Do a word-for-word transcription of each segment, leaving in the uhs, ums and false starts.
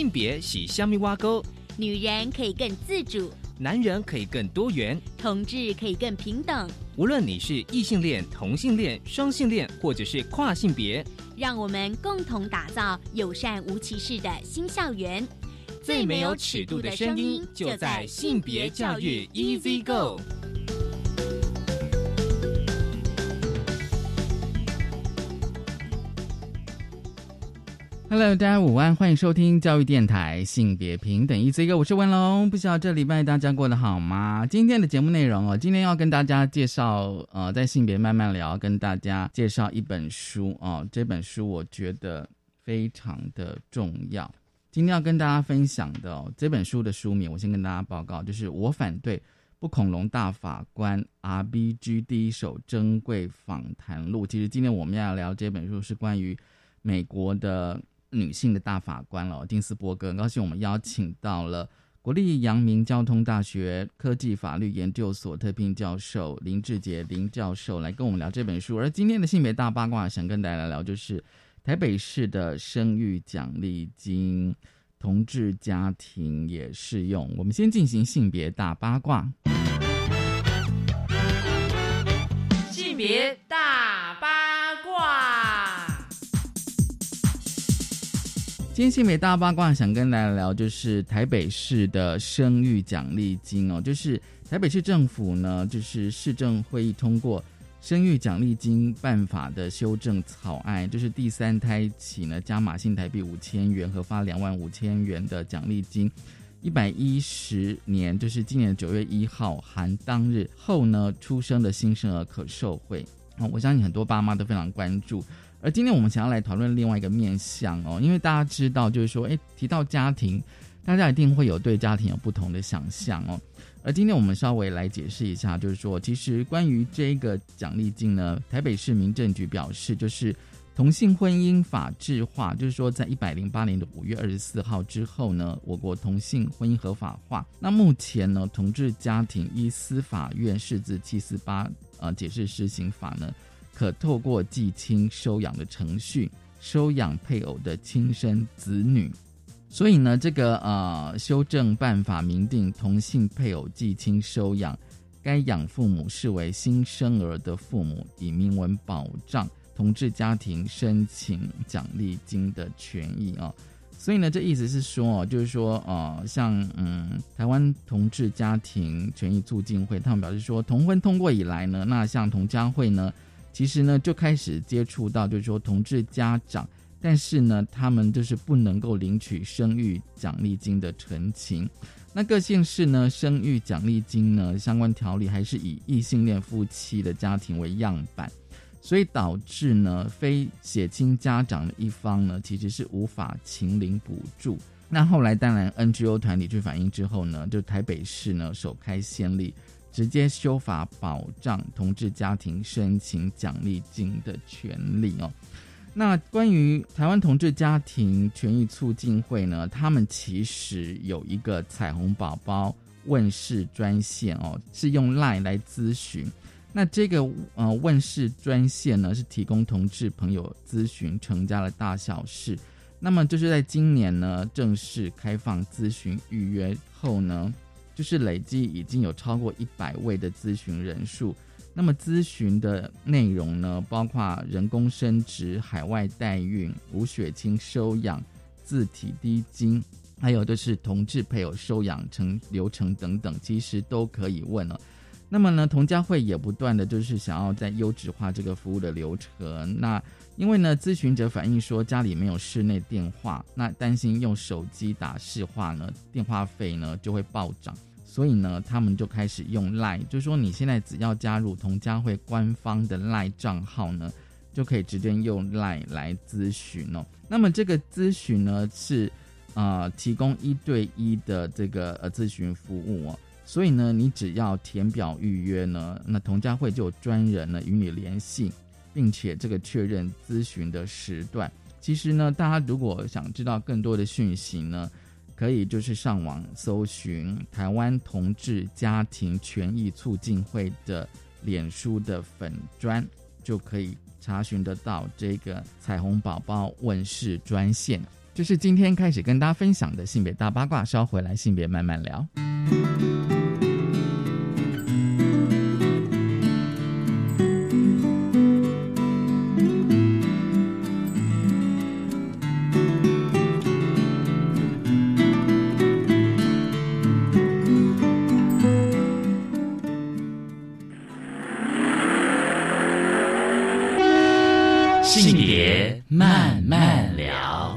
性别是虾米挖沟， 女人可以更自主， 男人可以更多元， 同志可以更平等。 无论你是异性恋、同性恋、双性恋，或者是跨性别， 让我们共同打造友善无歧视的新校园。 最没有尺度的声音，就在性别教育 Easy Go。 Hello， 大家午安，欢迎收听教育电台性别平等 Easy Go， 我是文龙。不知道这礼拜大家过得好吗？今天的节目内容哦，今天要跟大家介绍，呃，在性别慢慢聊，跟大家介绍一本书哦。这本书我觉得非常的重要。今天要跟大家分享的哦，这本书的书名，我先跟大家报告，就是《我反对不恐龙大法官 R B G 第一手珍贵访谈录》。其实今天我们要聊这本书是关于美国的女性的大法官了，金斯伯格。很高兴我们邀请到了国立阳明交通大学科技法律研究所特聘教授林志杰林教授来跟我们聊这本书。而今天的性别大八卦想跟大家聊，就是台北市的生育奖励金，同志家庭也适用。我们先进行性别大八卦。 性别大八卦。 今天性别大八卦想跟大家聊，就是台北市的生育奖励金哦，就是台北市政府呢，就是市政会议通过生育奖励金办法的修正草案，就是第三胎起呢加码新台币五千元，核发两万五千元的奖励金，一百一十年就是今年九月一号含当日后呢出生的新生儿可受惠。哦，我相信很多爸妈都非常关注。而今天我们想要来讨论另外一个面向哦，因为大家知道，就是说，哎，提到家庭，大家一定会有对家庭有不同的想象哦。而今天我们稍微来解释一下，就是说，其实关于这个奖励金呢，台北市民政局表示，就是同性婚姻法制化，就是说，在一百零八年的五月二十四号之后呢，我国同性婚姻合法化。那目前呢，同志家庭依司法院释字七四八呃解释施行法呢，可透过继亲收养的程序收养配偶的亲生子女。所以呢，这个呃修正办法明定，同性配偶继亲收养该养父母视为新生儿的父母，以明文保障同志家庭申请奖励金的权益啊。所以呢，这意思是说哦，就是说呃，像嗯台湾同志家庭权益促进会，他们表示说，同婚通过以来呢，那像同家会呢，其实呢就开始接触到，就是说同志家长，但是呢他们就是不能够领取生育奖励金的陈情。那各县市呢生育奖励金呢相关条例还是以异性恋夫妻的家庭为样板，所以导致呢非血亲家长的一方呢其实是无法请领补助。那后来当然 N G O 团体去反映之后呢，就台北市呢首开先例，直接修法保障同志家庭申请奖励金的权利哦。那关于台湾同志家庭权益促进会呢，他们其实有一个彩虹宝宝问世专线哦，是用 LINE 来咨询。那这个呃问世专线呢，是提供同志朋友咨询成家的大小事。那么就是在今年呢正式开放咨询预约后呢，就是累计已经有超过一百位的咨询人数。那么咨询的内容呢，包括人工生殖、海外代孕、无血亲收养、自体低精，还有就是同志配偶收养成流程等等，其实都可以问了。那么呢，同家会也不断的就是想要在优质化这个服务的流程。那因为呢，咨询者反映说家里没有室内电话，那担心用手机打市话呢，电话费呢就会暴涨。所以呢，他们就开始用 LINE， 就是说你现在只要加入同家会官方的 LINE 账号呢，就可以直接用 LINE 来咨询哦。那么这个咨询呢是呃提供一对一的这个呃咨询服务哦。所以呢，你只要填表预约呢，那同家会就有专人呢与你联系，并且这个确认咨询的时段。其实呢，大家如果想知道更多的讯息呢，可以就是上网搜寻台湾同志家庭权益促进会的脸书的粉专，就可以查询得到这个彩虹宝宝问世专线。 这是今天开始跟大家分享的性别大八卦，稍回来性别慢慢聊。 性别慢慢聊。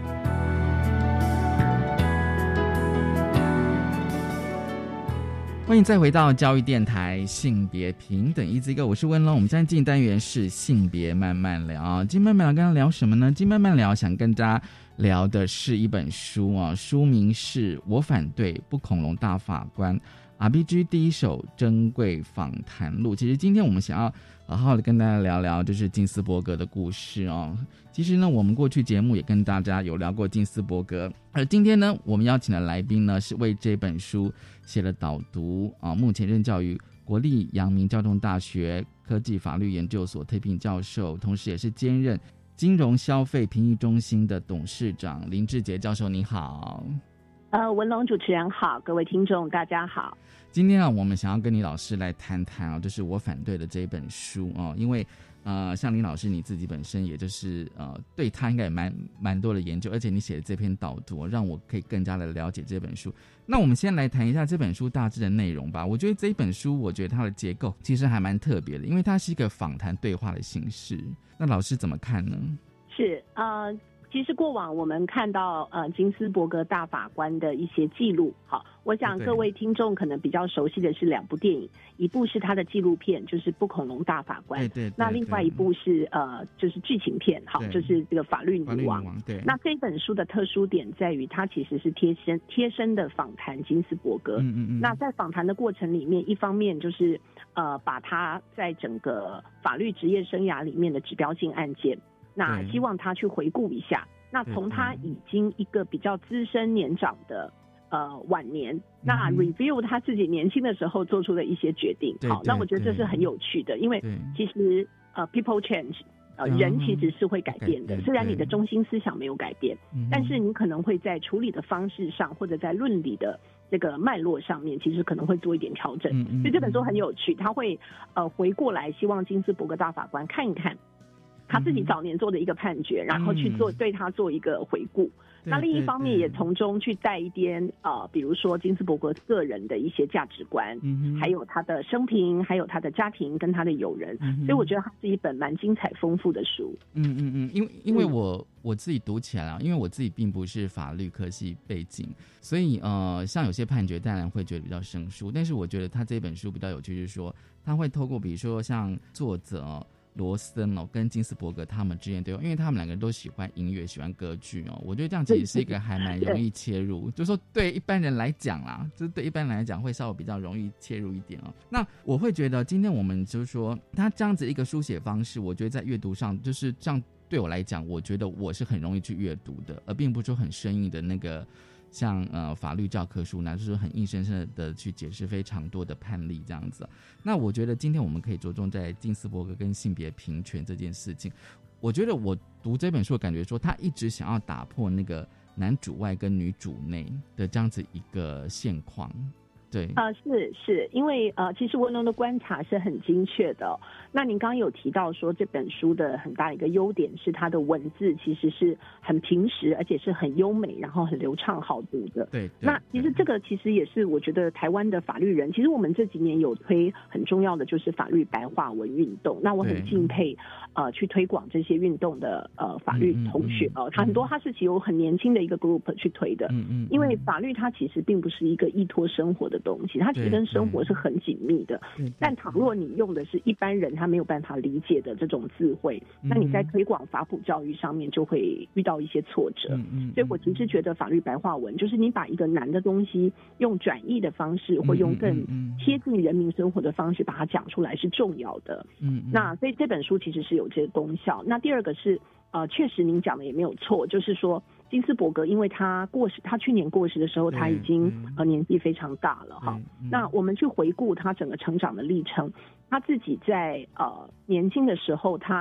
欢迎再回到教育电台性别平等一字一个，我是温龙。我们现在进单元是性别慢慢聊。今天慢慢聊跟大家聊什么呢？今天慢慢聊想跟大家聊的是一本书啊，书名是我反对不恐龙大法官 R B G 第一手珍贵访谈录。其实今天我们想要好好的跟大家聊聊就是金斯伯格的故事哦。其实呢，我们过去节目也跟大家有聊过金斯伯格，而今天呢，我们邀请的来宾呢是为这本书写了导读啊，目前任教于国立阳明交通大学科技法律研究所特聘教授，同时也是兼任金融消费评议中心的董事长林志杰教授。你好。 呃，文龙主持人好，各位听众大家好。 今天啊，我们想要跟李老师来谈谈啊，就是我反对的这一本书哦，因为呃，像林老师你自己本身也就是呃，对他应该也蛮蛮多的研究，而且你写的这篇导读，让我可以更加的了解这本书。那我们先来谈一下这本书大致的内容吧。我觉得这一本书，我觉得它的结构其实还蛮特别的，因为它是一个访谈对话的形式。那老师怎么看呢？ 是呃。其实过往我们看到呃金斯伯格大法官的一些记录，好，我想各位听众可能比较熟悉的是两部电影，一部是他的纪录片，就是不恐龙大法官，对对对，那另外一部是呃就是剧情片，好，就是这个法律女王。对，那这本书的特殊点在于它其实是贴身贴身的访谈金斯伯格，嗯嗯嗯，那在访谈的过程里面，一方面就是呃把他在整个法律职业生涯里面的指标性案件，那希望他去回顾一下，那从他已经一个比较资深年长的呃晚年，那 review 他自己年轻的时候做出的一些决定。好，那我觉得这是很有趣的，因为其实呃 people change， 呃人其实是会改变的，虽然你的中心思想没有改变，但是你可能会在处理的方式上，或者在论理的这个脉络上面，其实可能会做一点调整。所以这本书很有趣，他会呃回过来，希望金斯伯格大法官看一看他自己早年做的一个判决，然后去做对他做一个回顾。那另一方面也从中去带一点呃，比如说金斯伯格个人的一些价值观，嗯，还有他的生平，还有他的家庭跟他的友人，嗯，所以我觉得它是一本蛮精彩丰富的书。 嗯嗯嗯，因为因为我、嗯、我自己读起来啊，因为我自己并不是法律科系背景，所以呃，像有些判决当然会觉得比较生疏，但是我觉得他这本书比较有趣，就是说他会透过比如说像作者、哦罗森哦跟金斯伯格他们之间对话，因为他们两个人都喜欢音乐，喜欢歌剧哦，我觉得这样其实是一个还蛮容易切入，就是说对一般人来讲啦，就是对一般人来讲会稍微比较容易切入一点哦。那我会觉得今天我们就是说他这样子一个书写方式，我觉得在阅读上就是这样，对我来讲，我觉得我是很容易去阅读的，而并不是说很生硬的那个。像呃法律教科书呢，就是很硬生生的去解释非常多的判例这样子。那我觉得今天我们可以着重在金斯伯格跟性别平权这件事情。我觉得我读这本书的感觉说，他一直想要打破那个男主外跟女主内的这样子一个现况。对， 呃，是是，因为呃，其实文龙的观察是很精确的、哦。那您刚刚有提到说，这本书的很大一个优点是它的文字其实是很平实，而且是很优美，然后很流畅好读的。 对， 那其实这个其实也是我觉得台湾的法律人，其实我们这几年有推很重要的就是法律白话文运动。那我很敬佩呃去推广这些运动的呃法律同学哦，他、嗯嗯、很多他是其实有很年轻的一个 group 去推的。嗯嗯，因为法律它其实并不是一个依托生活的东西，它其实跟生活是很紧密的。但倘若你用的是一般人他没有办法理解的这种智慧，那你在推广法普教育上面就会遇到一些挫折。所以我其实觉得法律白话文就是你把一个难的东西用转译的方式，或用更贴近人民生活的方式把它讲出来是重要的。那所以这本书其实是有这个功效。那第二个是呃，确实您讲的也没有错，就是说金斯伯格因为他过世，他去年过世的时候他已经呃年纪非常大了哈。那我们去回顾他整个成长的历程，他自己在呃年轻的时候他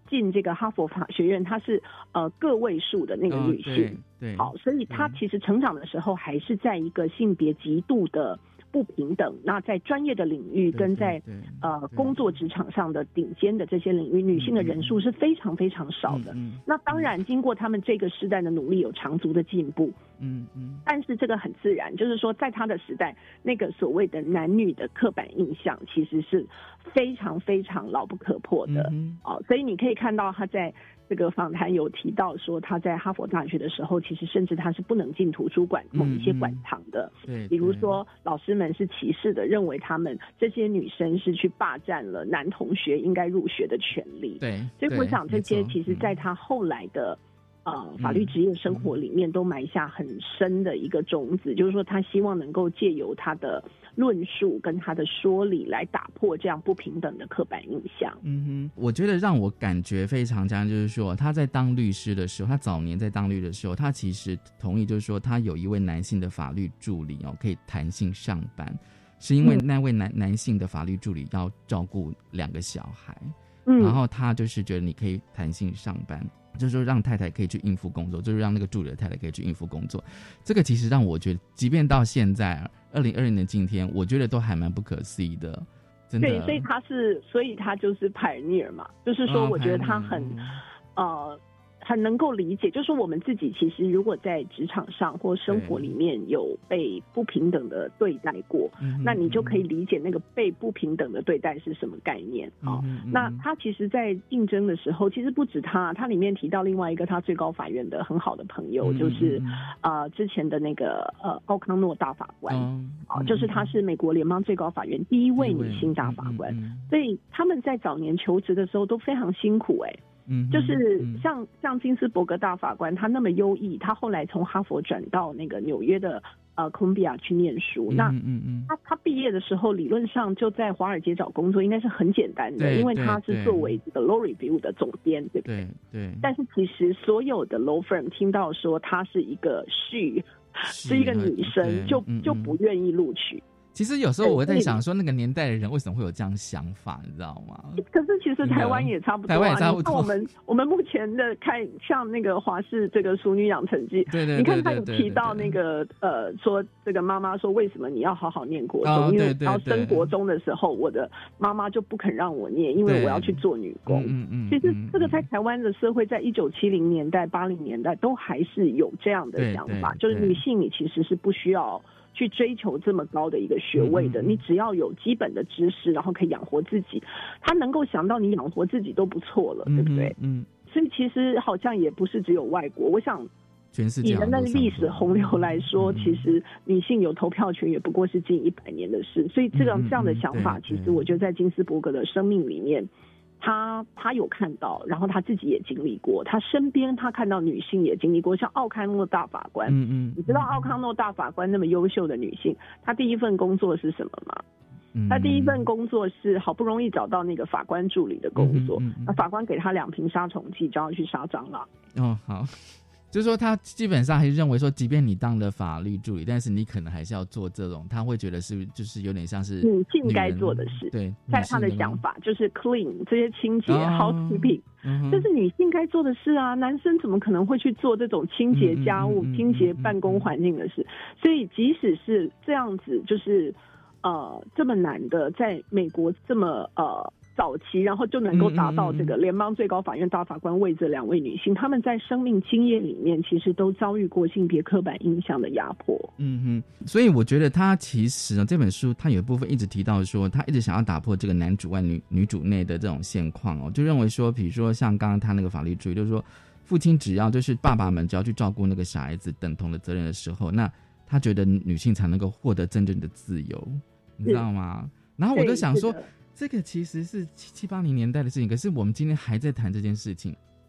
进这个哈佛法学院，她是呃个位数的那个女性，哦、 对，对， 好，所以她其实成长的时候还是在一个性别极度的不平等，那在专业的领域跟在呃工作职场上的顶尖的这些领域，女性的人数是非常非常少的。嗯嗯、那当然，经过他们这个时代的努力，有长足的进步。嗯嗯。但是这个很自然，就是说，在他的时代，那个所谓的男女的刻板印象，其实是非常非常牢不可破的。嗯、哦，所以你可以看到他在这个访谈有提到说，他在哈佛大学的时候，其实甚至他是不能进图书馆某一些馆藏的。嗯、比如说老师们是歧视的，认为他们这些女生是去霸占了男同学应该入学的权利。 对， 所以我想这些其实在他后来的、嗯、呃法律职业生活里面都埋下很深的一个种子，嗯、就是说他希望能够借由他的论述跟他的说理来打破这样不平等的刻板印象。 嗯哼，我觉得让我感觉非常强，就是说他在当律师的时候，他早年在当律的时候，他其实同意，就是说他有一位男性的法律助理哦，可以弹性上班，是因为那位男、嗯、男性的法律助理要照顾两个小孩，嗯，然后他就是觉得你可以弹性上班。就是说让太太可以去应付工作，就是让那个助理的太太可以去应付工作，这个其实让我觉得即便到现在二零二零年今天，我觉得都还蛮不可思议的，真的。 对，所以他是所以他就是 pioneer 嘛，就是说我觉得他很、哦、呃很能够理解，就是我们自己其实如果在职场上或生活里面有被不平等的对待过，那你就可以理解那个被不平等的对待是什么概念。哦、那他其实在竞争的时候，其实不止他，他里面提到另外一个他最高法院的很好的朋友，就是呃之前的那个呃奥康诺大法官，哦、就是他是美国联邦最高法院第一位女性大法官，所以他们在早年求职的时候都非常辛苦。哎、欸。嗯，就是像像金斯伯格大法官，他那么优异，他后来从哈佛转到那个纽约的呃哥伦比亚去念书。那嗯嗯，他他毕业的时候，理论上就在华尔街找工作，应该是很简单的，因为他是作为这个 law review 的总编，对不对？对。但是其实所有的 law firm 听到说他是一个 she 是一个女生，就就不愿意录取。 其实有时候我会在想说，那个年代的人为什么会有这样想法，你知道吗？ 可是其实台湾也差不多、啊， 台湾也差不多。 我们我们目前的看，像那个华视这个《淑女养成记》，对对对，你看他有提到那个呃，说这个妈妈说为什么你要好好念国中，哦、因为要升国中的时候，我的妈妈就不肯让我念，因为我要去做女工。嗯嗯。其实这个在台湾的社会，在一九七零年代、八零年代都还是有这样的想法，就是女性你其实是不需要去追求这么高的一个学位的，嗯、你只要有基本的知识，然后可以养活自己，他能够想到你养活自己都不错了，嗯、对不对？嗯，所以其实好像也不是只有外国，我想以人类历史洪流来说，嗯、其实女性有投票权也不过是近一百年的事，所以这个、嗯、这样的想法，其实我觉得在金斯伯格的生命里面。他他有看到，然后他自己也经历过，他身边他看到女性也经历过，像奥康诺大法官，嗯嗯，你知道奥康诺大法官那么优秀的女性，她第一份工作是什么吗？嗯、她第一份工作是好不容易找到那个法官助理的工作，嗯嗯嗯、那法官给她两瓶杀虫剂，叫她去杀蟑螂。哦，好。就是说他基本上还是认为说，即便你当了法律助理，但是你可能还是要做这种，他会觉得是就是有点像是女性该做的事。对，在他的想法就是 clean 这些清洁、哦、housekeeping，、嗯、这是女性该做的事啊，男生怎么可能会去做这种清洁家务、嗯、清洁办公环境的事？所以即使是这样子，就是呃这么难的，在美国这么呃。早期，然后就能够达到这个联邦最高法院大法官位这两位女性，她们在生命经验里面其实都遭遇过性别刻板印象的压迫。嗯哼，所以我觉得她其实呢，这本书她有一部分一直提到说，她一直想要打破这个男主外女女主内的这种现况哦，就认为说，比如说像刚刚她那个法律主义，就是说父亲只要就是爸爸们只要去照顾那个小孩子等同的责任的时候，那他觉得女性才能够获得真正的自由，你知道吗？然后我就想说。这个其实是七七八零年代的事情，可是我们今天还在谈这件事情。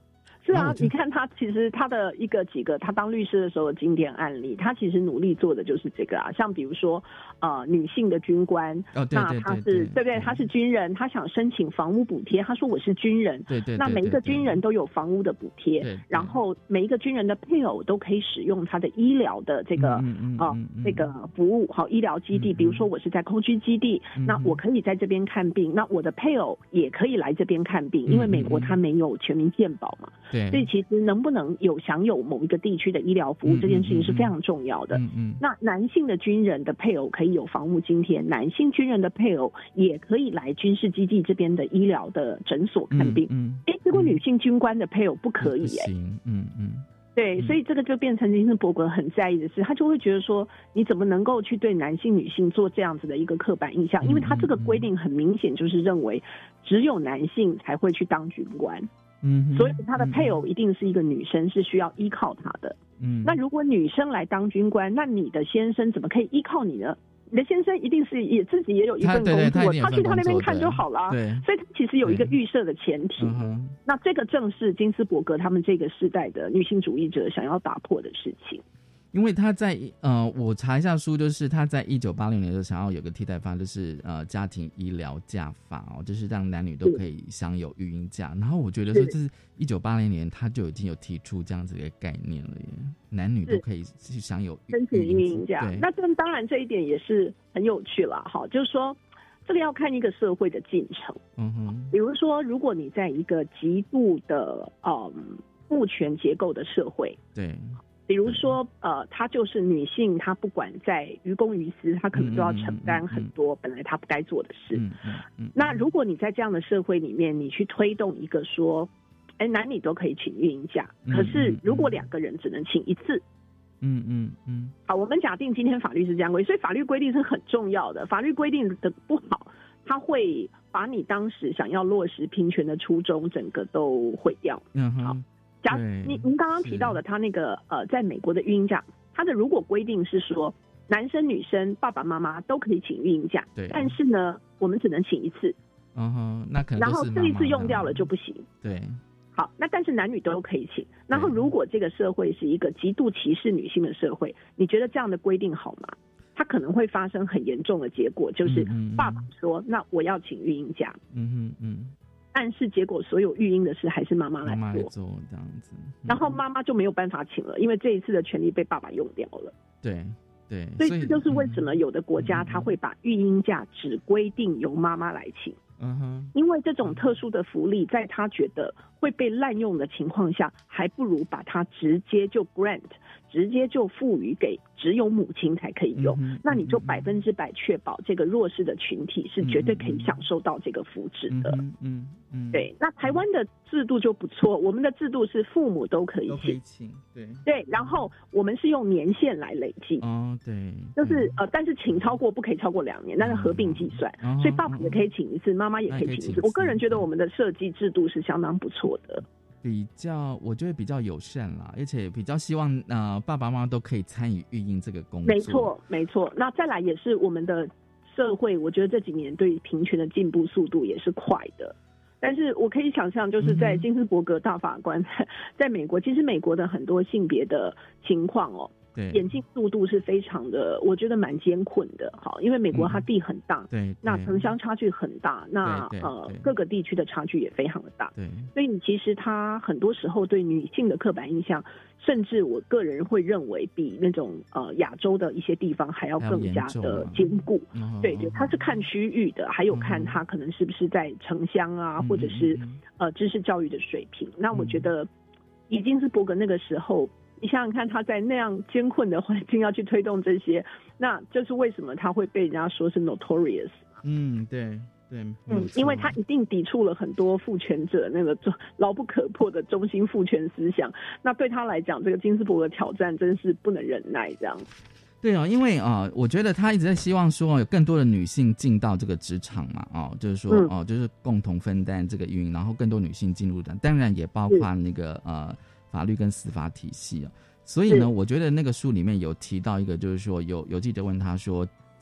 是啊，你看他其实他的一个几个他当律师的时候的经典案例，他其实努力做的就是这个啊，像比如说呃女性的军官， 哦对对对， 那他是对不对？他是军人，他想申请房屋补贴，他说我是军人， 对 对, 对, 对, 对， 那每一个军人都有房屋的补贴， 对对， 然后每一个军人的配偶都可以使用他的医疗的这个嗯嗯呃嗯嗯这个服务，好医疗基地， 嗯比如说我是在空军基地， 嗯那我可以在这边看病，那我的配偶也可以来这边看病，因为美国它没有全民健保嘛， 对， 所以其实能不能有享有某一个地区的医疗服务， 嗯这件事情是非常重要的。 嗯嗯， 那男性的军人的配偶可以有房屋津贴，男性军人的配偶也可以来军事基地这边的医疗的诊所看病。 嗯， 哎、嗯，结果女性军官的配偶不可以、欸，哎， 行，嗯嗯。 对，所以这个就变成金斯伯格很在意的是，他就会觉得说，你怎么能够去对男性、女性做这样子的一个刻板印象？因为他这个规定很明显就是认为，只有男性才会去当军官， 嗯， 所以他的配偶一定是一个女生，是需要依靠他的。 嗯，那如果女生来当军官，那你的先生怎么可以依靠你呢？你的先生一定是也自己也有一份工作， 他, 对对 他, 他去他那边看就好了。 对， 所以他其实有一个预设的前提。那这个正是金斯伯格他们这个世代的女性主义者想要打破的事情。 因为他在呃，我查一下书，就是他在一九八六年的时候想要有个替代法，就是呃家庭医疗假法哦，就是让男女都可以享有育婴假。然后我觉得说，这是一九八零年他就已经有提出这样子的概念了耶，男女都可以去享有申请育婴假。那这当然这一点也是很有趣了哈，就是说这个要看一个社会的进程。 嗯哼， 比如说，如果你在一个极度的嗯父权结构的社会， 对。 比如说，呃，她就是女性，她不管在于公于私，她可能都要承担很多本来她不该做的事。 嗯嗯嗯。 那如果你在这样的社会里面，你去推动一个说，哎，男女都可以请育婴假，可是如果两个人只能请一次， 嗯嗯嗯。 好，我们假定今天法律是这样规定，所以法律规定是很重要的。法律规定的不好，它会把你当时想要落实平权的初衷整个都毁掉。 嗯哼。 好。假您您刚刚提到的他那个呃，在美国的育婴假，他的如果规定是说男生女生爸爸妈妈都可以请育婴假， 对， 但是呢，我们只能请一次， 嗯哼，那可能然后这一次用掉了就不行， 对， 好，那但是男女都可以请。然后如果这个社会是一个极度歧视女性的社会，你觉得这样的规定好吗？它可能会发生很严重的结果，就是爸爸说，嗯、那我要请育婴假， 嗯哼嗯。 但是结果所有育婴的事还是妈妈来做， 妈妈来做这样子，嗯、 然后妈妈就没有办法请了，因为这一次的权利被爸爸用掉了。 对对， 所以这就是为什么有的国家他会把育婴假只规定由妈妈来请。 嗯哼， 因为这种特殊的福利，在他觉得会被滥用的情况下，还不如把它直接就 grant， 直接就赋予给只有母亲才可以用。嗯、那你就百分之百确保这个弱势的群体是绝对可以享受到这个福祉的。 嗯嗯嗯， 对。那台湾的制度就不错，我们的制度是父母都可以请， 都可以请，对对。然后我们是用年限来累计， 哦，对， 就是呃，但是请超过不可以超过两年，但是合并计算， 嗯、 所以爸爸也可以请一次，妈妈也可以请一次。我个人觉得我们的设计制度是相当不错的， 比较我觉得比较友善啦，而且比较希望呃爸爸妈妈都可以参与育婴这个工作。 没错没错。那再来也是我们的社会，我觉得这几年对平权的进步速度也是快的。但是我可以想象，就是在金斯伯格大法官、嗯、在美国，其实美国的很多性别的情况哦， 对， 演进速度是非常的，我觉得蛮艰困的。好，因为美国它地很大， 嗯、对， 那城乡差距很大，那呃各个地区的差距也非常的大， 对， 所以你其实它很多时候对女性的刻板印象，甚至我个人会认为比那种呃亚洲的一些地方还要更加的坚固。对对，它是看区域的，还有看它可能是不是在城乡啊， 嗯、 或者是呃知识教育的水平。那我觉得已经是伯格那个时候。你想想看，他在那样艰困的环境要去推动这些，那就是为什么他会被人家说是 notorious。 嗯，对对， 嗯，因为他一定抵触了很多父权者那个牢不可破的中心父权思想。那对他来讲，这个金斯伯格挑战真是不能忍耐，这样。 对哦，因为啊、呃，我觉得他一直在希望说有更多的女性进到这个职场嘛，哦，就是说哦、嗯呃，就是共同分担这个运营，然后更多女性进入的，当然也包括那个呃。法律跟司法体系啊，所以呢，我觉得那个书里面有提到一个，就是说有有记者问他说，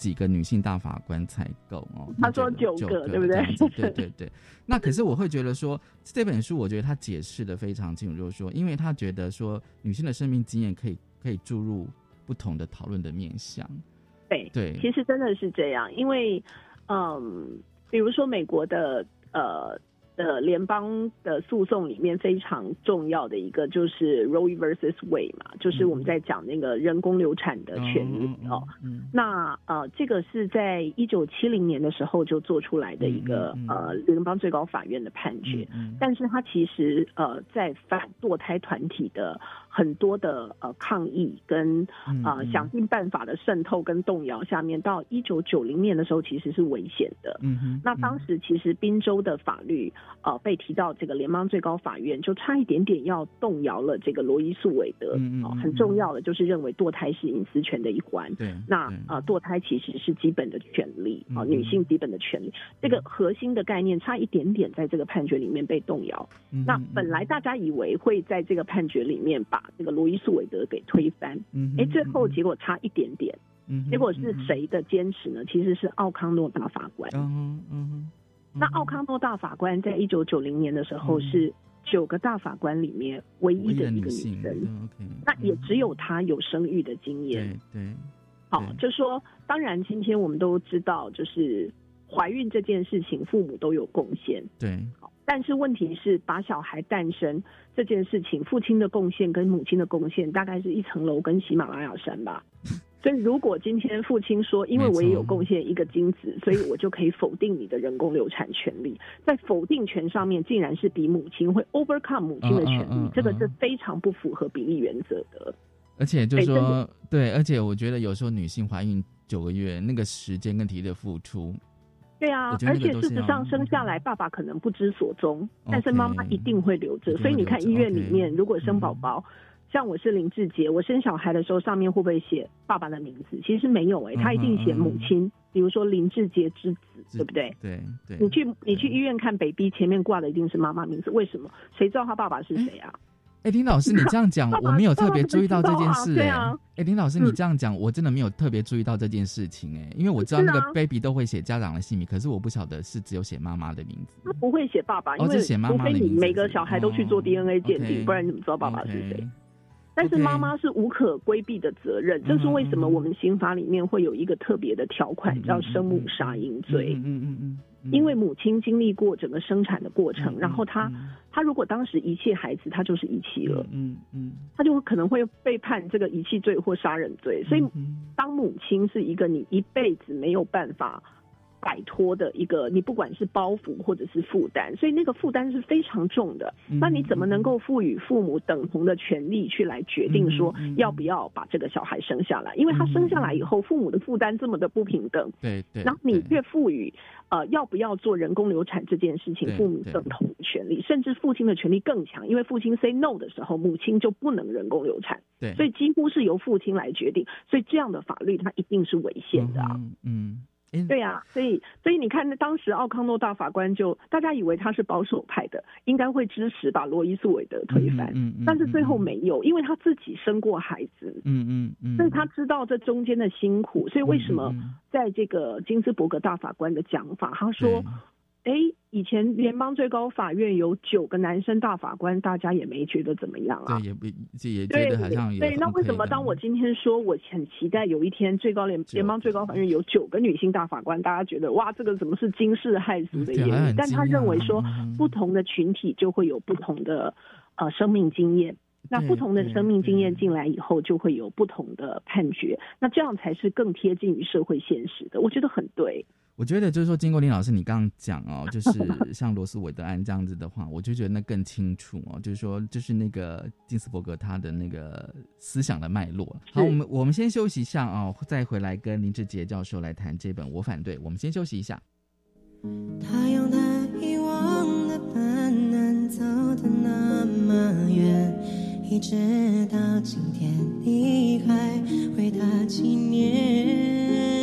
几个女性大法官才够哦。 他说九个，个对不对？ 对对对。那可是我会觉得说，这本书我觉得他解释的非常清楚，就是说，因为他觉得说，女性的生命经验可以可以注入不同的讨论的面向。 对对， 其实真的是这样，因为嗯，比如说美国的呃。的联邦的诉讼里面非常重要的一个就是 Roe versus Wade 嘛，就是我们在讲那个人工流产的权利哦。嗯嗯、那呃，这个是在一九七零年的时候就做出来的一个、嗯嗯、呃联邦最高法院的判决，嗯嗯、但是它其实呃在反堕胎团体的很多的呃抗议跟呃想尽办法的渗透跟动摇下面，到一九九零年的时候其实是危险的。嗯嗯、那当时其实宾州的法律。呃，被提到这个联邦最高法院，就差一点点要动摇了这个罗伊诉韦德。嗯嗯、呃。很重要的就是认为堕胎是隐私权的一环。对。那呃，堕胎其实是基本的权利啊、呃，女性基本的权利。嗯、这个核心的概念差一点点在这个判决里面被动摇。嗯、那本来大家以为会在这个判决里面把这个罗伊诉韦德给推翻。嗯。哎，最后结果差一点点。嗯。结果是谁的坚持呢？其实是奥康诺大法官。嗯嗯。那奥康诺大法官在一九九零年的时候是九个大法官里面唯一的一个女生，嗯、那也只有她有生育的经验。对，对好，就说当然今天我们都知道，就是怀孕这件事情，父母都有贡献。对，但是问题是把小孩诞生这件事情，父亲的贡献跟母亲的贡献大概是一层楼跟喜马拉雅山吧。所以如果今天父亲说因为我也有贡献一个精子，所以我就可以否定你的人工流产权利，在否定权上面竟然是比母亲会 overcome 母亲的权利，嗯嗯嗯嗯、这个是非常不符合比例原则的。 而且就是说 对, 对，而且我觉得有时候女性怀孕九个月那个时间跟体力的付出， 对啊，而且事实上生下来爸爸可能不知所踪，嗯、但是妈妈一定会留着。所以你看医院里面如果生宝宝，嗯、像我是林志杰，我生小孩的时候上面会不会写爸爸的名字？其实没有哎、欸，他一定写母亲，嗯、比如说林志杰之子，对不对？对对。你去你去医院看 baby 前面挂的一定是妈妈名字，为什么？谁知道他爸爸是谁啊？ 哎、欸，林老师，你这样讲，我没有特别注意到这件事、欸。哎、啊，哎、欸，林老师，你这样讲，我真的没有特别注意到这件事情、欸。哎，因为我知道那个 baby 都会写家长的姓名，可是我不晓得是只有写妈妈的名字。 他不会写爸爸，因为除非你每个小孩都去做 D N A 鉴定，哦、不然你怎么知道爸爸是谁？ Okay, 但是妈妈是无可规避的责任， okay, 这是为什么我们刑法里面会有一个特别的条款，嗯、叫生母杀婴罪。嗯嗯嗯嗯，因为母亲经历过整个生产的过程，嗯、然后她她、嗯、如果当时遗弃孩子，她就是遗弃了。嗯嗯，她就可能会被判这个遗弃罪或杀人罪。所以当母亲是一个你一辈子没有办法摆脱的一个，你不管是包袱或者是负担，所以那个负担是非常重的。嗯、那你怎么能够赋予父母等同的权利去来决定说要不要把这个小孩生下来？因为他生下来以后，父母的负担这么的不平等，对对，然后你却赋予呃要不要做人工流产这件事情父母等同的权利，甚至父亲的权利更强，因为父亲 say no 的时候，母亲就不能人工流产，对，所以几乎是由父亲来决定，所以这样的法律它一定是违宪的啊。嗯。嗯对啊，所以所以你看，当时奥康诺大法官就大家以为他是保守派的，应该会支持把罗伊诉韦德推翻，嗯嗯嗯、但是最后没有，因为他自己生过孩子，嗯嗯嗯，所以他知道这中间的辛苦，所以为什么在这个金斯伯格大法官的讲法，他说，哎，以前联邦最高法院有九个男生大法官，大家也没觉得怎么样啊？对，也不也觉得好像也 对, 对。那为什么当我今天说我很期待有一天最高联联邦最高法院有九个女性大法官，大家觉得哇，这个怎么是惊世骇俗的言语？但他认为说，不同的群体就会有不同的呃生命经验。那不同的生命经验进来以后，就会有不同的判决，那这样才是更贴近于社会现实的。我觉得很对。 我觉得就是说，经过林老师你刚刚讲哦，就是像罗斯韦德案这样子的话，我就觉得那更清楚哦，就是说，就是那个金斯伯格他的那个思想的脉络。好，我们我们先休息一下哦，再回来跟林志杰教授来谈这本《我反对》。我们先休息一下。他用他遗忘的本能走得那么远，一直到今天你还为他纪念。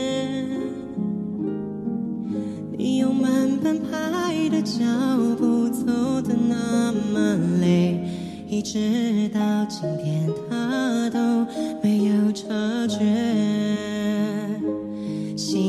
你用慢半拍的脚步走得那么累，一直到今天他都没有察觉。心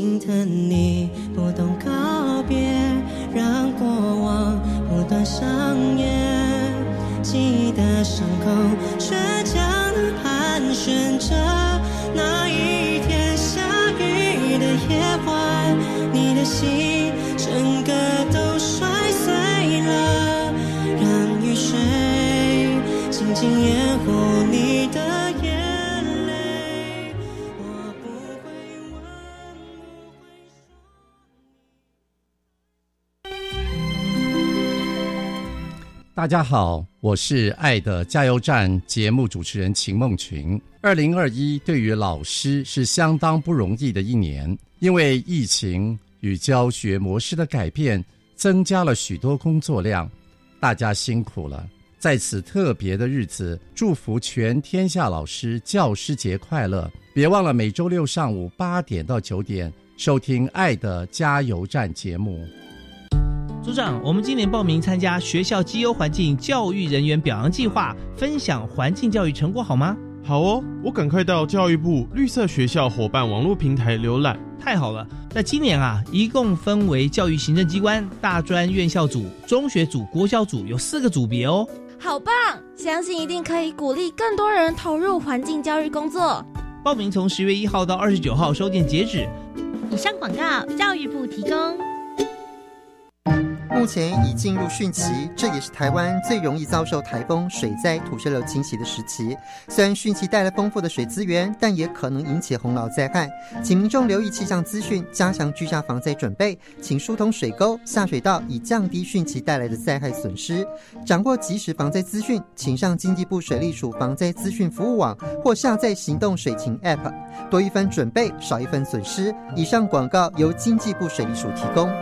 场上演，记忆的伤口倔强地盘旋着。那一天下雨的夜晚，你的心整个都摔碎了，让雨水轻轻掩护你的眼泪。我不会问，不会说。 大家好，我是爱的加油站节目主持人秦梦群。二零二一对于老师是相当不容易的一年，因为疫情与教学模式的改变，增加了许多工作量，大家辛苦了。在此特别的日子，祝福全天下老师教师节快乐！别忘了每周六上午八点到九点收听爱的加油站节目。 组长，我们今年报名参加学校绩优环境教育人员表扬计划，分享环境教育成果好吗？ 好哦，我赶快到教育部绿色学校伙伴网络平台浏览。 太好了，那今年啊，一共分为教育行政机关、大专院校组、中学组、国小组，有四个组别哦。 好棒，相信一定可以鼓励更多人投入环境教育工作。 报名从十月一号到二十九号收件截止。 以上广告，教育部提供。 目前已进入汛期，这也是台湾最容易遭受台风、水灾、土石流侵袭的时期。虽然汛期带来丰富的水资源，但也可能引起洪涝灾害，请民众留意气象资讯，加强居家防灾准备，请疏通水沟、下水道，以降低汛期带来的灾害损失。掌握即时防灾资讯，请上经济部水利署防灾资讯服务网或下载行动水情 App， 多一分准备，少一分损失。以上广告由经济部水利署提供。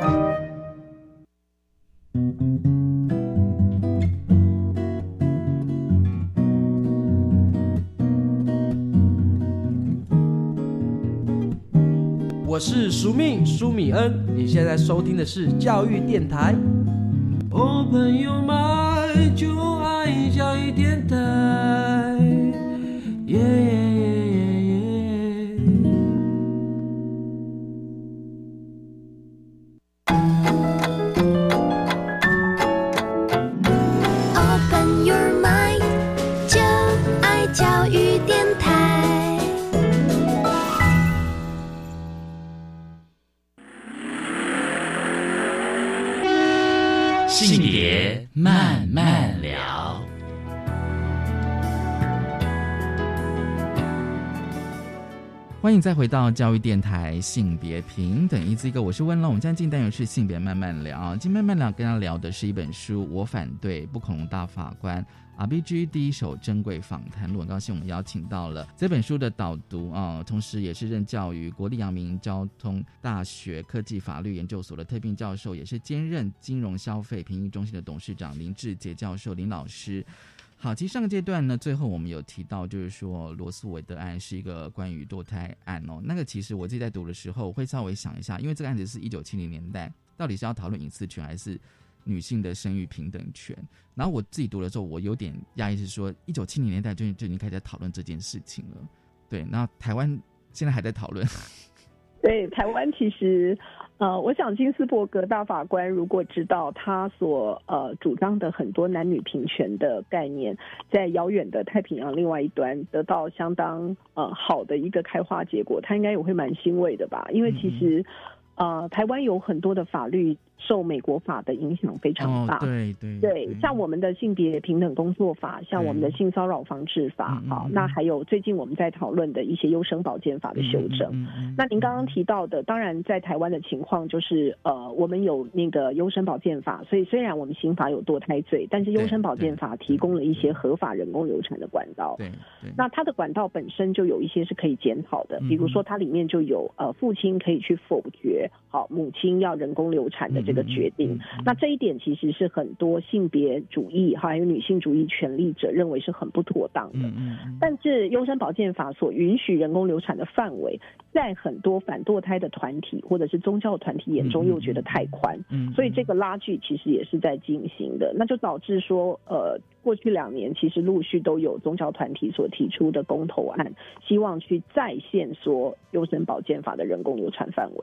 我是苏密苏米恩，你现在收听的是教育电台。Open your mind， 就爱教育电台。耶耶耶耶耶。 Open your mind， 就爱教育电台。 性别慢慢聊。 欢迎再回到教育电台性别平等一字一个，我是温龙。我们现在进单元是性别慢慢聊。今天慢慢聊跟他聊的是一本书《我反对不恐龙大法官》R B G 第一手珍贵访谈录。很高兴我们邀请到了这本书的导读啊、呃，同时也是任教于国立阳明交通大学科技法律研究所的特聘教授，也是兼任金融消费评议中心的董事长林志杰教授林老师。好，其实上个阶段呢，最后我们有提到，就是说罗素韦德案是一个关于堕胎案哦。那个其实我自己在读的时候，我会稍微想一下，因为这个案子是一九七零年代，到底是要讨论隐私权还是女性的生育平等权？然后我自己读的时候，我有点讶异，是说一九七零年代就就已经开始在讨论这件事情了。对，那台湾现在还在讨论。 对，台湾其实，呃，我想金斯伯格大法官如果知道他所呃主张的很多男女平权的概念，在遥远的太平洋另外一端得到相当呃好的一个开花结果，他应该也会蛮欣慰的吧？因为其实，呃，台湾有很多的法律受美国法的影响非常大， 哦、对对对, 对，像我们的性别平等工作法，像我们的性骚扰防治法，好、嗯，那还有最近我们在讨论的一些优生保健法的修正。嗯嗯嗯、那您刚刚提到的，当然在台湾的情况就是，呃，我们有那个优生保健法，所以虽然我们刑法有堕胎罪，但是优生保健法提供了一些合法人工流产的管道。对，那它的管道本身就有一些是可以检讨的，比如说它里面就有呃父亲可以去否决，好，母亲要人工流产的这个决定。嗯嗯嗯、那这一点其实是很多性别主义还有女性主义权利者认为是很不妥当的。嗯嗯嗯、但是优生保健法所允许人工流产的范围，在很多反堕胎的团体或者是宗教团体眼中又觉得太宽，嗯嗯、所以这个拉锯其实也是在进行的。那就导致说，呃，过去两年其实陆续都有宗教团体所提出的公投案，希望去再限缩优生保健法的人工流产范围。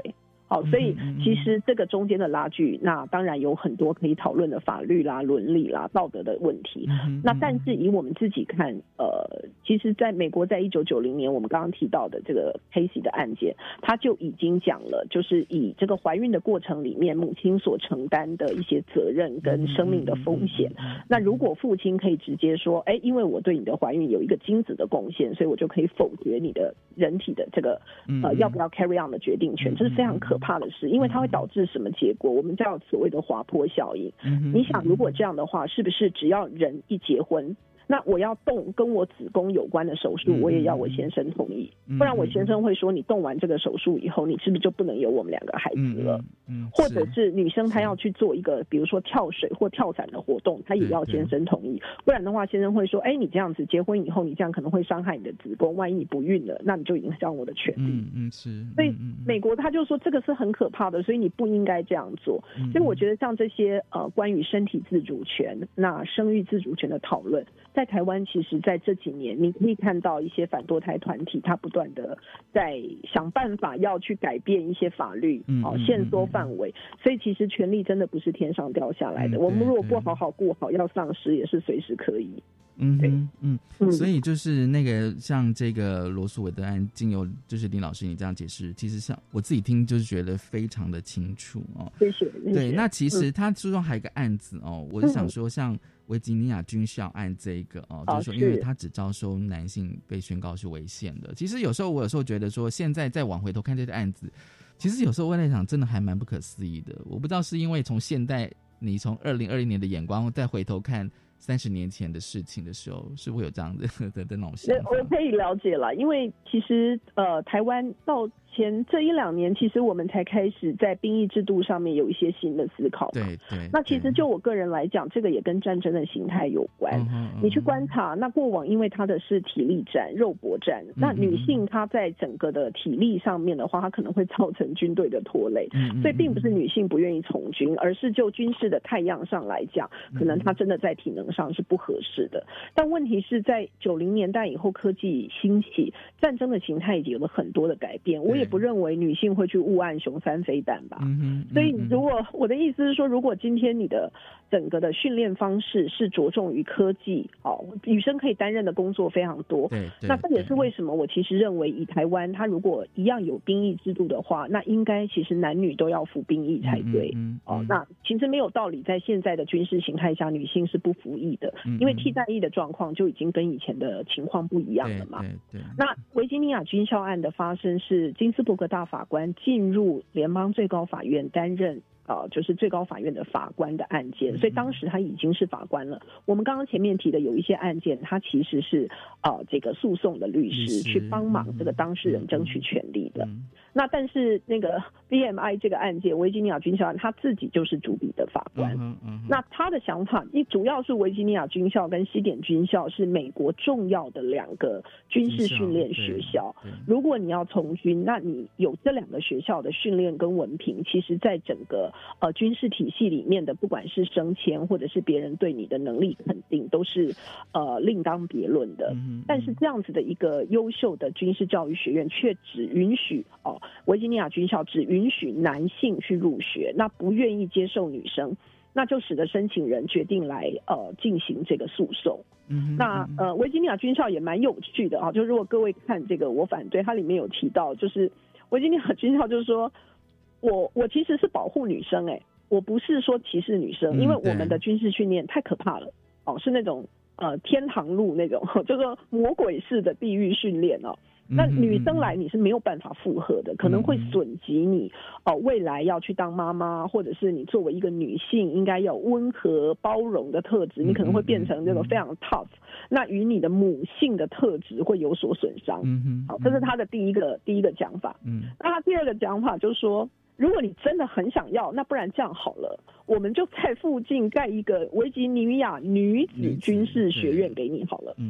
好，所以其实这个中间的拉锯，那当然有很多可以讨论的法律啦、伦理啦、道德的问题。那但是以我们自己看，呃，其实在美国在一九九零年，我们刚刚提到的这个 Casey 的案件，他就已经讲了，就是以这个怀孕的过程里面，母亲所承担的一些责任跟生命的风险。那如果父亲可以直接说，哎，因为我对你的怀孕有一个精子的贡献，所以我就可以否决你的人体的这个呃要不要 carry on 的决定权，这是非常可怕的事，因为它会导致什么结果？我们叫所谓的滑坡效应。你想，如果这样的话，是不是只要人一结婚，那我要动跟我子宫有关的手术，我也要我先生同意，不然我先生会说，你动完这个手术以后，你是不是就不能有我们两个孩子了？嗯嗯、或者是女生她要去做一个，比如说跳水或跳伞的活动，她也要先生同意，不然的话，先生会说，哎，你这样子结婚以后，你这样可能会伤害你的子宫，万一你不孕了，那你就影响我的权利。 嗯嗯是。 所以美国他就说这个是很可怕的，所以你不应该这样做。嗯、所以我觉得像这些呃关于身体自主权、那生育自主权的讨论，在台湾其实在这几年，你可以看到一些反堕胎团体，他不断的在想办法要去改变一些法律，哦，限缩范围。所以其实权利真的不是天上掉下来的，嗯、我们如果不好好顾好，要丧失也是随时可以。 嗯嗯嗯，所以就是那个像这个罗素韦德案，经由就是林老师你这样解释，其实像我自己听就是觉得非常的清楚哦。 谢谢。 对，那其实他书中还有一个案子哦，我是想说像维吉尼亚军校案这一个哦，就是说因为他只招收男性被宣告是违宪的。其实有时候我有时候觉得说，现在再往回头看这个案子，其实有时候我在想真的还蛮不可思议的。我不知道是因为从现代你从二零二零年的眼光再回头看三十年前的事情的时候，是会有这样的的的那种想法。 我可以了解了，因为其实呃，台湾到前这一两年，其实我们才开始在兵役制度上面有一些新的思考。 对对。 那其实就我个人来讲，这个也跟战争的形态有关。嗯、你去观察，那过往因为它的是体力战、肉搏战，嗯、那女性她在整个的体力上面的话，她可能会造成军队的拖累。嗯、所以并不是女性不愿意从军，而是就军事的态样上来讲，可能她真的在体能上是不合适的。但问题是在九零年代以后，科技兴起，战争的形态也有了很多的改变。我也不认为女性会去误按雄三飞弹吧。嗯、所以如果我的意思是说，如果今天你的整个的训练方式是着重于科技，哦，女生可以担任的工作非常多。 对， 那这也是为什么我其实认为，以台湾它如果一样有兵役制度的话，那应该其实男女都要服兵役才对。嗯嗯、哦，那其实没有道理在现在的军事形态下，女性是不服役的，嗯、因为替代役的状况就已经跟以前的情况不一样了嘛。 对对对。 那维吉尼亚军校案的发生是金斯伯格大法官进入联邦最高法院担任呃，就是最高法院的法官的案件，所以当时他已经是法官了。我们刚刚前面提的有一些案件，他其实是呃这个诉讼的律师去帮忙这个当事人争取权利的。嗯、那但是那个 V M I 这个案件，维吉尼亚军校案，他自己就是主笔的法官。嗯嗯、那他的想法，一主要是维吉尼亚军校跟西点军校是美国重要的两个军事训练学校。如果你要从军，那你有这两个学校的训练跟文凭，其实在整个呃，军事体系里面的，不管是升迁或者是别人对你的能力肯定，都是呃另当别论的。嗯、但是这样子的一个优秀的军事教育学院，却只允许哦，维吉尼亚军校只允许男性去入学，那不愿意接受女生，那就使得申请人决定来呃进行这个诉讼。嗯、那呃，维吉尼亚军校也蛮有趣的啊，就如果各位看这个，我反对它里面有提到，就是维吉尼亚军校就是说。我我其实是保护女生哎、欸，我不是说歧视女生，因为我们的军事训练太可怕了哦，是那种呃天堂路那种，就是说魔鬼式的地狱训练哦。那女生来你是没有办法负荷的，可能会损及你哦、呃、未来要去当妈妈，或者是你作为一个女性应该要温和包容的特质，你可能会变成这个非常 tough， 那与你的母性的特质会有所损伤。嗯好，这是他的第一个第一个讲法。嗯，那他第二个讲法就是说，如果你真的很想要，那不然这样好了，我们就在附近盖一个维吉尼亚女子军事学院给你好了。嗯。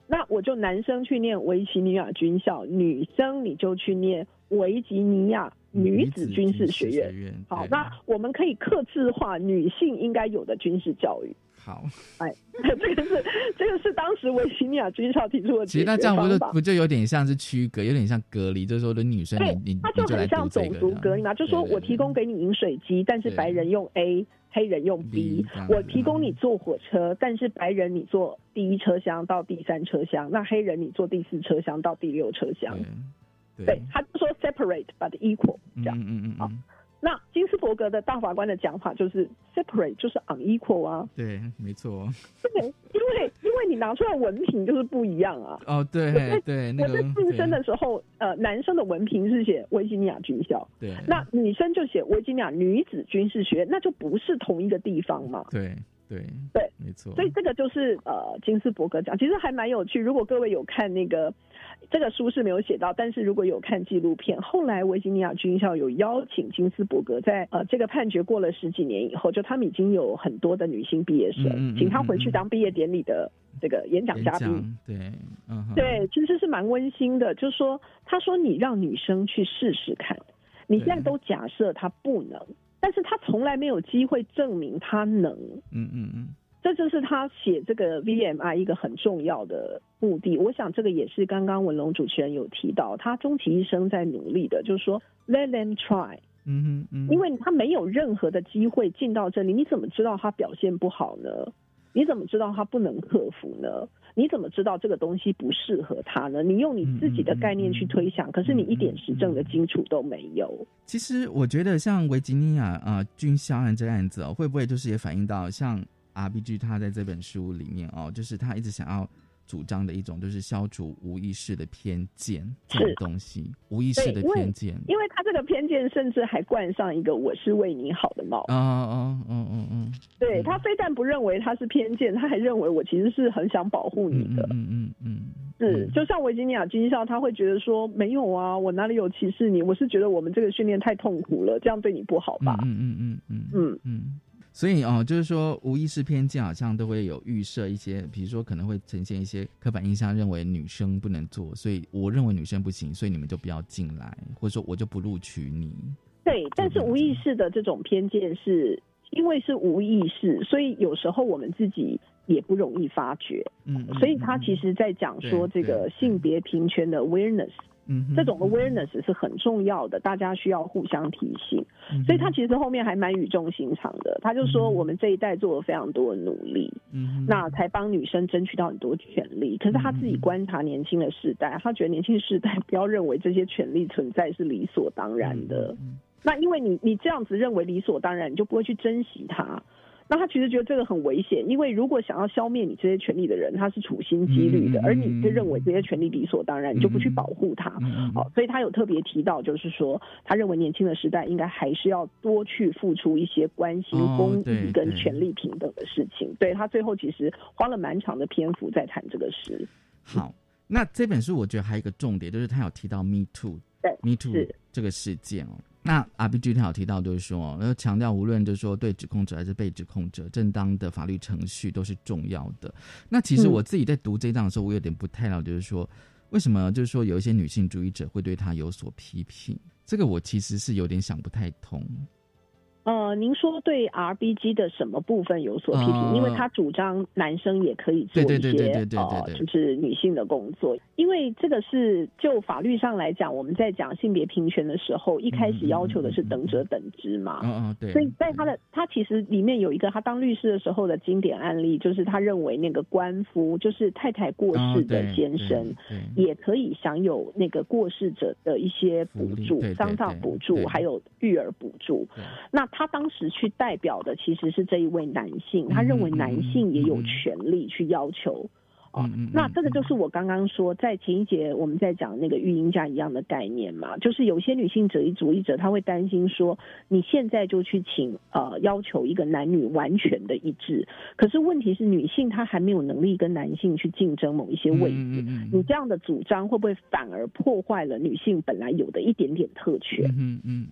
那我就男生去念维吉尼亚军校，女生你就去念维吉尼亚女子军事学院。 学院好，那我们可以客制化女性应该有的军事教育。 好， 哎，这个是这个是当时维吉尼亚军校提出的解决方法。 其实那这样不就不就有点像是区隔，有点像隔离，就是说的女生你你它就很像种族隔离嘛，就是说我提供给你饮水机，但是白人用 A， 黑人用 B， 我提供你坐火车，但是白人你坐第一车厢到第三车厢，那黑人你坐第四车厢到第六车厢。对，对他就说 separate but equal 这样。嗯嗯嗯。好，那金斯伯格的大法官的讲法就是 separate 就是 unequal 啊。 对，没错。 对，因为因为你拿出来文凭就是不一样啊。 哦，对对，那个我在晋升的时候，呃，男生的文凭是写维吉尼亚军校， 对， 那女生就写维吉尼亚女子军事学院，那就不是同一个地方嘛。 对对对， 没错。 所以这个就是呃金斯伯格讲，其实还蛮有趣。如果各位有看那个。这个书是没有写到，但是如果有看纪录片，后来维吉尼亚军校有邀请金斯伯格在呃这个判决过了十几年以后，就他们已经有很多的女性毕业生，嗯嗯嗯、请他回去当毕业典礼的这个演讲嘉宾。 对，嗯， 对，其实是蛮温馨的，就是说他说你让女生去试试看，你现在都假设她不能，但是她从来没有机会证明她能。嗯嗯嗯。这就是他写这个 V M I 一个很重要的目的。我想这个也是刚刚文龙主持人有提到，他终其一生在努力的，就是说 let them try。嗯哼嗯，因为他没有任何的机会进到这里，你怎么知道他表现不好呢？你怎么知道他不能克服呢？你怎么知道这个东西不适合他呢？你用你自己的概念去推想，可是你一点实证的基础都没有。 其实我觉得像维吉尼亚啊、呃、军校案这个案子哦，会不会就是也反映到像R B G 他在这本书里面哦，就是他一直想要主张的一种，就是消除无意识的偏见这种东西，无意识的偏见， 因为他这个偏见甚至还冠上一个我是为你好的帽。 哦哦哦哦哦， 对，他非但不认为他是偏见，他还认为我其实是很想保护你的。 嗯嗯嗯嗯，是，就像维吉尼亚军校，他会觉得说没有啊，我哪里有歧视你？我是觉得我们这个训练太痛苦了，这样对你不好吧？ 嗯嗯嗯嗯嗯嗯。所以哦，就是说无意识偏见好像都会有预设一些，比如说可能会呈现一些刻板印象，认为女生不能做，所以我认为女生不行，所以你们就不要进来，或者说我就不录取你。 对，但是无意识的这种偏见是因为是无意识，所以有时候我们自己也不容易发觉。嗯，所以他其实在讲说这个性别平权的 awareness。嗯，这种 awareness 是很重要的，大家需要互相提醒。嗯、所以他其实后面还蛮语重心长的，他就说我们这一代做了非常多的努力，嗯，那才帮女生争取到很多权利。可是他自己观察年轻的世代，他觉得年轻世代不要认为这些权利存在是理所当然的。嗯、那因为你你这样子认为理所当然，你就不会去珍惜它。那他其实觉得这个很危险，因为如果想要消灭你这些权利的人，他是处心积虑的，而你就认为这些权利理所当然，你就不去保护他。好、哦，所以他有特别提到，就是说，他认为年轻的时代应该还是要多去付出一些关心公益跟权利平等的事情。哦、对, 对他最后其实花了蛮长的篇幅在谈这个事。 好，那这本书我觉得还有一个重点，就是他有提到 Me Too， 对 Me Too 这个事件哦。那 R B G 他有提到，就是说，要强调无论就是说对指控者还是被指控者，正当的法律程序都是重要的。那其实我自己在读这一章的时候，我有点不太了解，就是说，为什么就是说有一些女性主义者会对他有所批评？这个我其实是有点想不太通。 呃，您说对 R B G 的什么部分有所批评？呃、因为他主张男生也可以做一些呃，就是女性的工作。因为这个是就法律上来讲，我们在讲性别平权的时候，一开始要求的是等者等之嘛。嗯嗯，对。所以在他的他其实里面有一个他当律师的时候的经典案例，就是他认为那个官夫，就是太太过世的先生，哦、也可以享有那个过世者的一些补助、丧葬补助，还有育儿补助。那他当时去代表的其实是这一位男性，他认为男性也有权利去要求。哦，那这个就是我刚刚说在前一节我们在讲那个育婴假一样的概念嘛，就是有些女性主义主义者他会担心说，你现在就去请呃要求一个男女完全的一致，可是问题是女性她还没有能力跟男性去竞争某一些位置，嗯嗯嗯你这样的主张会不会反而破坏了女性本来有的一点点特权？嗯嗯嗯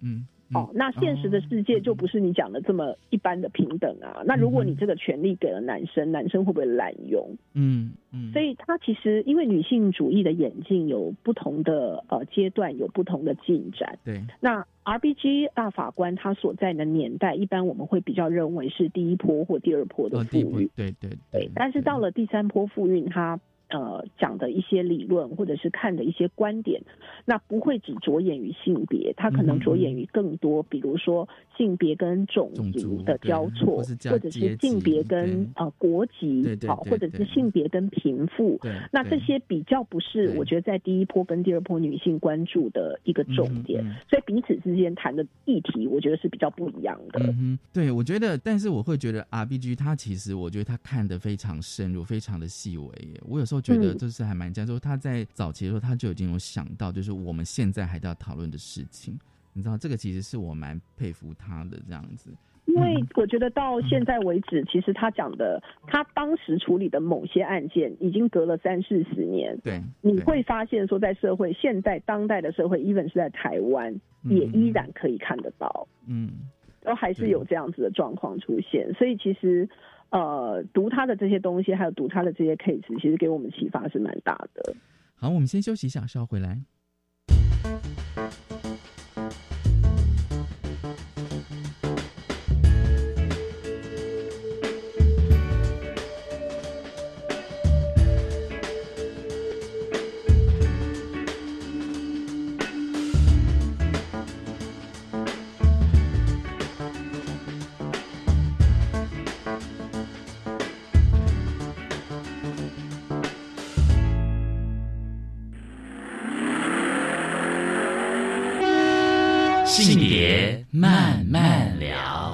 哦，那现实的世界就不是你讲的这么一般的平等啊。那如果你这个权利给了男生，男生会不会滥用？嗯嗯。所以他其实因为女性主义的演进有不同的呃阶段，有不同的进展。 对。那 R B G 大法官他所在的年代，一般我们会比较认为是第一波或第二波的妇运。 对对对。但是到了第三波妇运，他呃，讲的一些理论或者是看的一些观点，那不会只着眼于性别，它可能着眼于更多，比如说性别跟种族的交错，或者是性别跟呃国籍，好，或者是性别跟贫富。那这些比较不是我觉得在第一波跟第二波女性关注的一个重点，所以彼此之间谈的议题，我觉得是比较不一样的。 嗯，对，我觉得，但是我会觉得 R B G 它其实我觉得它看得非常深入，非常的细微耶。我有时候觉得就是还蛮这样，说他在早期的时候他就已经有想到，就是我们现在还在讨论的事情，你知道这个其实是我蛮佩服他的这样子。 因为我觉得到现在为止，其实他讲的，他当时处理的某些案件，已经隔了三四十年。 对， 你会发现说，在社会现在当代的社会 ，even 是在台湾，也依然可以看得到，嗯，都还是有这样子的状况出现。所以其实。呃，读他的这些东西，还有读他的这些 case， 其实给我们启发是蛮大的。 好，我们先休息一下，稍后回来。 性别慢慢聊。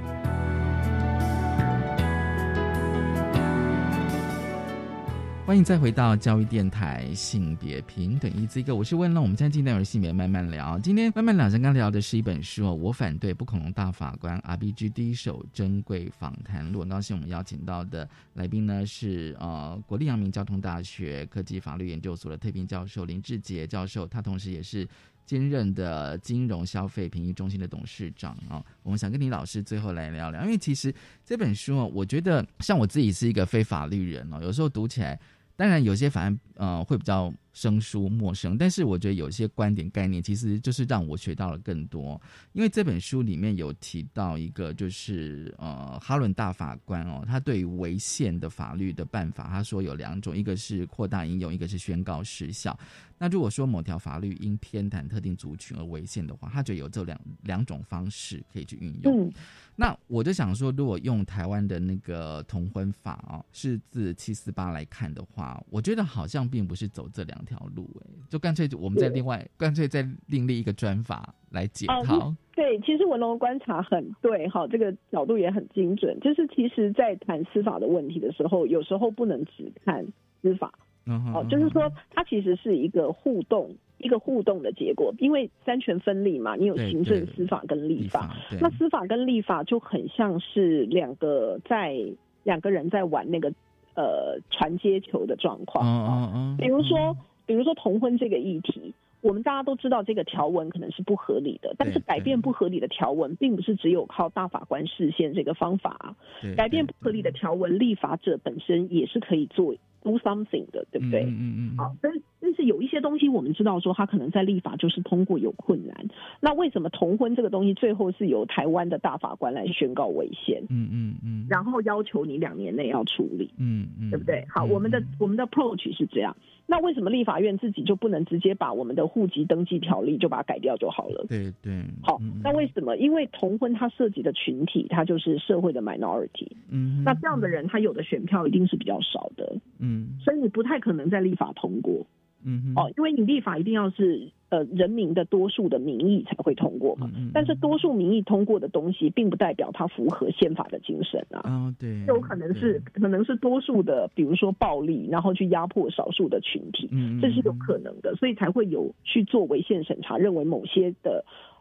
欢迎再回到教育电台性别平等一这个，我是温龙。我们现在进到性别慢慢聊。今天慢慢聊，刚刚聊的是一本书哦，我反对不恐龙大法官 R B G 第一手珍贵访谈录。很高兴我们邀请到的来宾呢是呃国立阳明交通大学科技法律研究所的特聘教授林志杰教授，他同时也是兼任的金融消费评议中心的董事长啊、哦，我们想跟林老师最后来聊聊，因为其实这本书哦，我觉得像我自己是一个非法律人哦，有时候读起来。当然有些法案呃会比较生疏陌生，但是我觉得有些观点概念其实就是让我学到了更多。因为这本书里面有提到一个就是呃哈伦大法官哦，他对于违宪的法律的办法，他说有两种，一个是扩大应用，一个是宣告时效。那如果说某条法律因偏袒特定族群而违宪的话，他觉得有这两两种方式可以去运用。嗯，那我就想说，如果用台湾的那个同婚法哦，是自七四八来看的话，我觉得好像并不是走这两条路，哎，就干脆我们再另外干脆再另立一个专法来解套。 哦、对，其实文龙的观察很对哈，这个角度也很精准。就是其实，在谈司法的问题的时候，有时候不能只看司法。哦，就是说，它其实是一个互动，一个互动的结果，因为三权分立嘛，你有行政、司法跟立法，那司法跟立法就很像是两个在两个人在玩那个呃传接球的状况。嗯嗯，比如说，比如说同婚这个议题。我们大家都知道这个条文可能是不合理的，但是改变不合理的条文并不是只有靠大法官释宪这个方法，改变不合理的条文，立法者本身也是可以做 do something 的，对不对？嗯嗯嗯。好，但是但是有一些东西我们知道说它可能在立法就是通过有困难，那为什么同婚这个东西最后是由台湾的大法官来宣告违宪？嗯嗯嗯。然后要求你两年内要处理，嗯嗯，对不对？好，我们的我们的 approach 是这样。那为什么立法院自己就不能直接把我们的户籍登记条例就把它改掉就好了？ 对对。 好，那为什么？因为同婚它涉及的群体，它就是社会的 minority。嗯。那这样的人，他有的选票一定是比较少的。嗯。所以你不太可能在立法通过。嗯。哦，因为你立法一定要是呃人民的多数的民意才会通过嘛。嗯。但是多数民意通过的东西，并不代表它符合宪法的精神啊。 哦，对。 有可能是可能是多数的，比如说暴力，然后去压迫少数的群体，嗯，这是有可能的，所以才会有去做违宪审查，认为某些的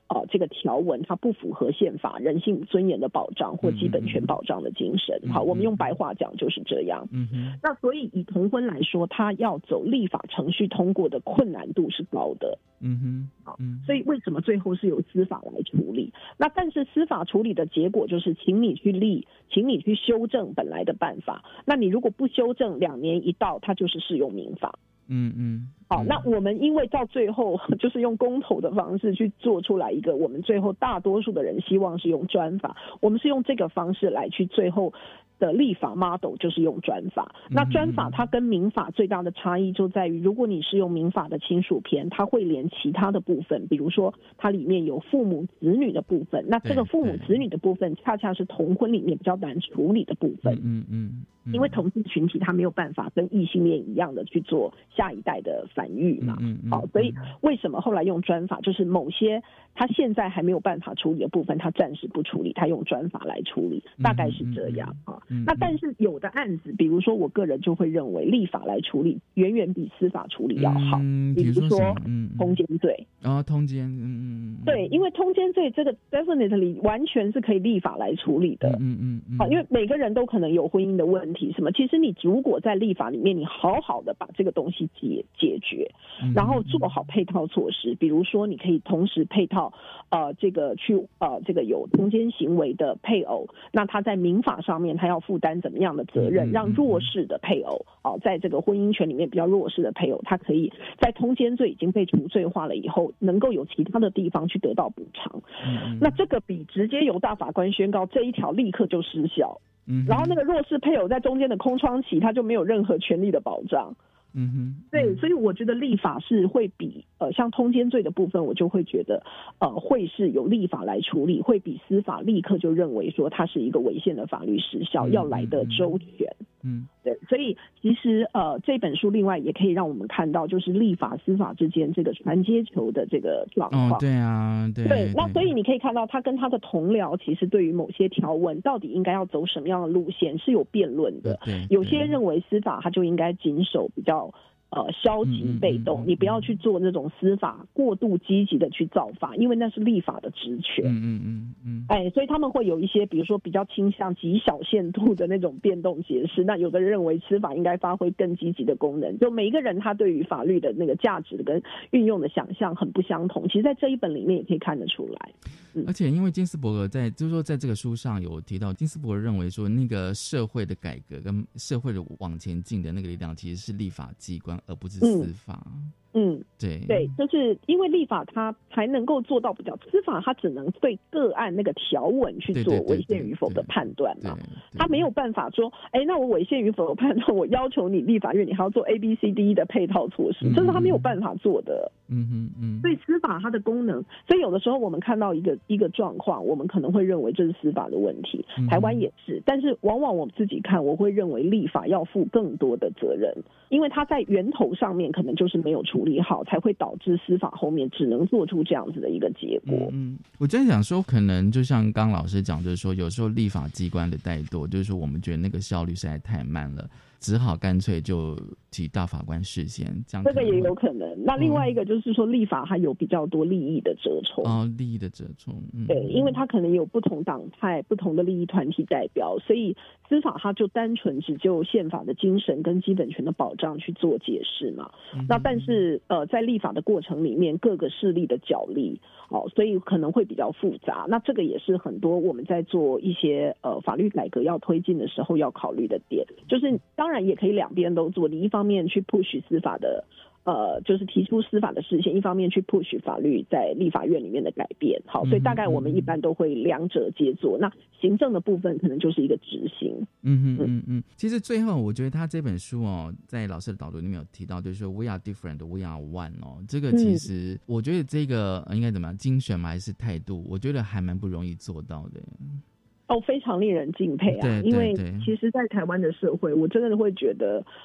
呃这个条文它不符合宪法人性尊严的保障或基本权保障的精神。好，我们用白话讲就是这样。嗯哼。那所以以同婚来说，它要走立法程序通过的困难度是高的。嗯哼。好，所以为什么最后是由司法来处理？那但是司法处理的结果就是，请你去立，请你去修正本来的办法。那你如果不修正，两年一到，它就是适用民法。嗯嗯，好，那我们因为到最后就是用公投的方式去做出来一个，我们最后大多数的人希望是用专法，我们是用这个方式来去最后的立法 model 就是用专法。那专法它跟民法最大的差异就在于，如果你是用民法的亲属篇，它会连其他的部分，比如说它里面有父母子女的部分，那这个父母子女的部分恰恰是同婚里面比较难处理的部分。嗯嗯。因为同志群体他没有办法跟异性恋一样的去做下一代的繁育嘛，嗯嗯，好，所以为什么后来用专法，就是某些他现在还没有办法处理的部分，他暂时不处理，他用专法来处理，大概是这样啊。嗯嗯嗯、那但是有的案子，比如说我个人就会认为立法来处理远远比司法处理要好，嗯、比如说通奸罪， 哦，通奸，嗯嗯， 对，因为通奸罪这个 definitely 完全是可以立法来处理的，嗯嗯嗯，好，因为每个人都可能有婚姻的问题。什么？其实你如果在立法里面，你好好的把这个东西解解决，然后做好配套措施，比如说你可以同时配套呃这个去呃这个有通奸行为的配偶，那他在民法上面他要负担怎么样的责任，让弱势的配偶哦、呃，在这个婚姻权里面比较弱势的配偶，他可以在通奸罪已经被除罪化了以后，能够有其他的地方去得到补偿。那这个比直接由大法官宣告这一条立刻就失效。嗯、然后那个弱势配偶在中间的空窗期，他就没有任何权利的保障。嗯哼，对，所以我觉得立法是会比呃像通奸罪的部分，我就会觉得呃会是由立法来处理，会比司法立刻就认为说它是一个违宪的法律时效、嗯、要来的周全。嗯，对，所以其实呃这本书另外也可以让我们看到，就是立法司法之间这个传接球的这个状况。 哦，对啊，对。 对，那所以你可以看到他跟他的同僚其实对于某些条文到底应该要走什么样的路线是有辩论的。对，有些认为司法他就应该谨守比较呃消极被动，嗯嗯嗯、你不要去做那种司法过度积极的去造法，因为那是立法的职权。嗯嗯嗯嗯。哎，所以他们会有一些比如说比较倾向极小限度的那种变动解释，那有的人认为司法应该发挥更积极的功能，就每一个人他对于法律的那个价值跟运用的想象很不相同，其实在这一本里面也可以看得出来。嗯、 而且因为金斯伯格在就是说在这个书上有提到，金斯伯格认为说那个社会的改革跟社会的往前进的那个力量其实是立法机关而不是司法。嗯嗯，对对，就是因为立法它才能够做到比较，司法它只能对个案那个条文去做违宪与否的判断嘛，它没有办法说，哎，那我违宪与否的判断，我要求你立法院你还要做 A B C D 的配套措施，这是他没有办法做的。嗯嗯嗯，所以司法它的功能，所以有的时候我们看到一个一个状况，我们可能会认为这是司法的问题，台湾也是，但是往往我自己看，我会认为立法要负更多的责任，因为它在源头上面可能就是没有处理好，才会导致司法后面只能做出这样子的一个结果。 嗯，我真的想说，可能就像刚老师讲，就是说有时候立法机关的怠惰，就是说我们觉得那个效率实在太慢了，只好干脆就提大法官释宪，这样这个也有可能。那另外一个就是说，立法它有比较多利益的折冲。 哦，利益的折冲。嗯、 对，因为它可能有不同党派、不同的利益团体代表，所以司法它就单纯只就宪法的精神跟基本权的保障去做解释嘛。嗯、那但是呃，在立法的过程里面，各个势力的角力，哦，所以可能会比较复杂。那这个也是很多我们在做一些呃法律改革要推进的时候要考虑的点，就是当然也可以两边都做，你一方面去 push 司法的。呃，就是提出司法的释宪，一方面去 push 法律在立法院里面的改变，好，所以大概我们一般都会两者皆做。那行政的部分可能就是一个执行。 嗯嗯嗯嗯。其实最后我觉得他这本书哦，在老师的导读里面有提到，就是说 we are different, we are one 哦，这个其实我觉得这个应该怎么样，精神嘛还是态度，我觉得还蛮不容易做到的。哦， 非常令人敬佩啊！因为其实，在台湾的社会，我真的会觉得。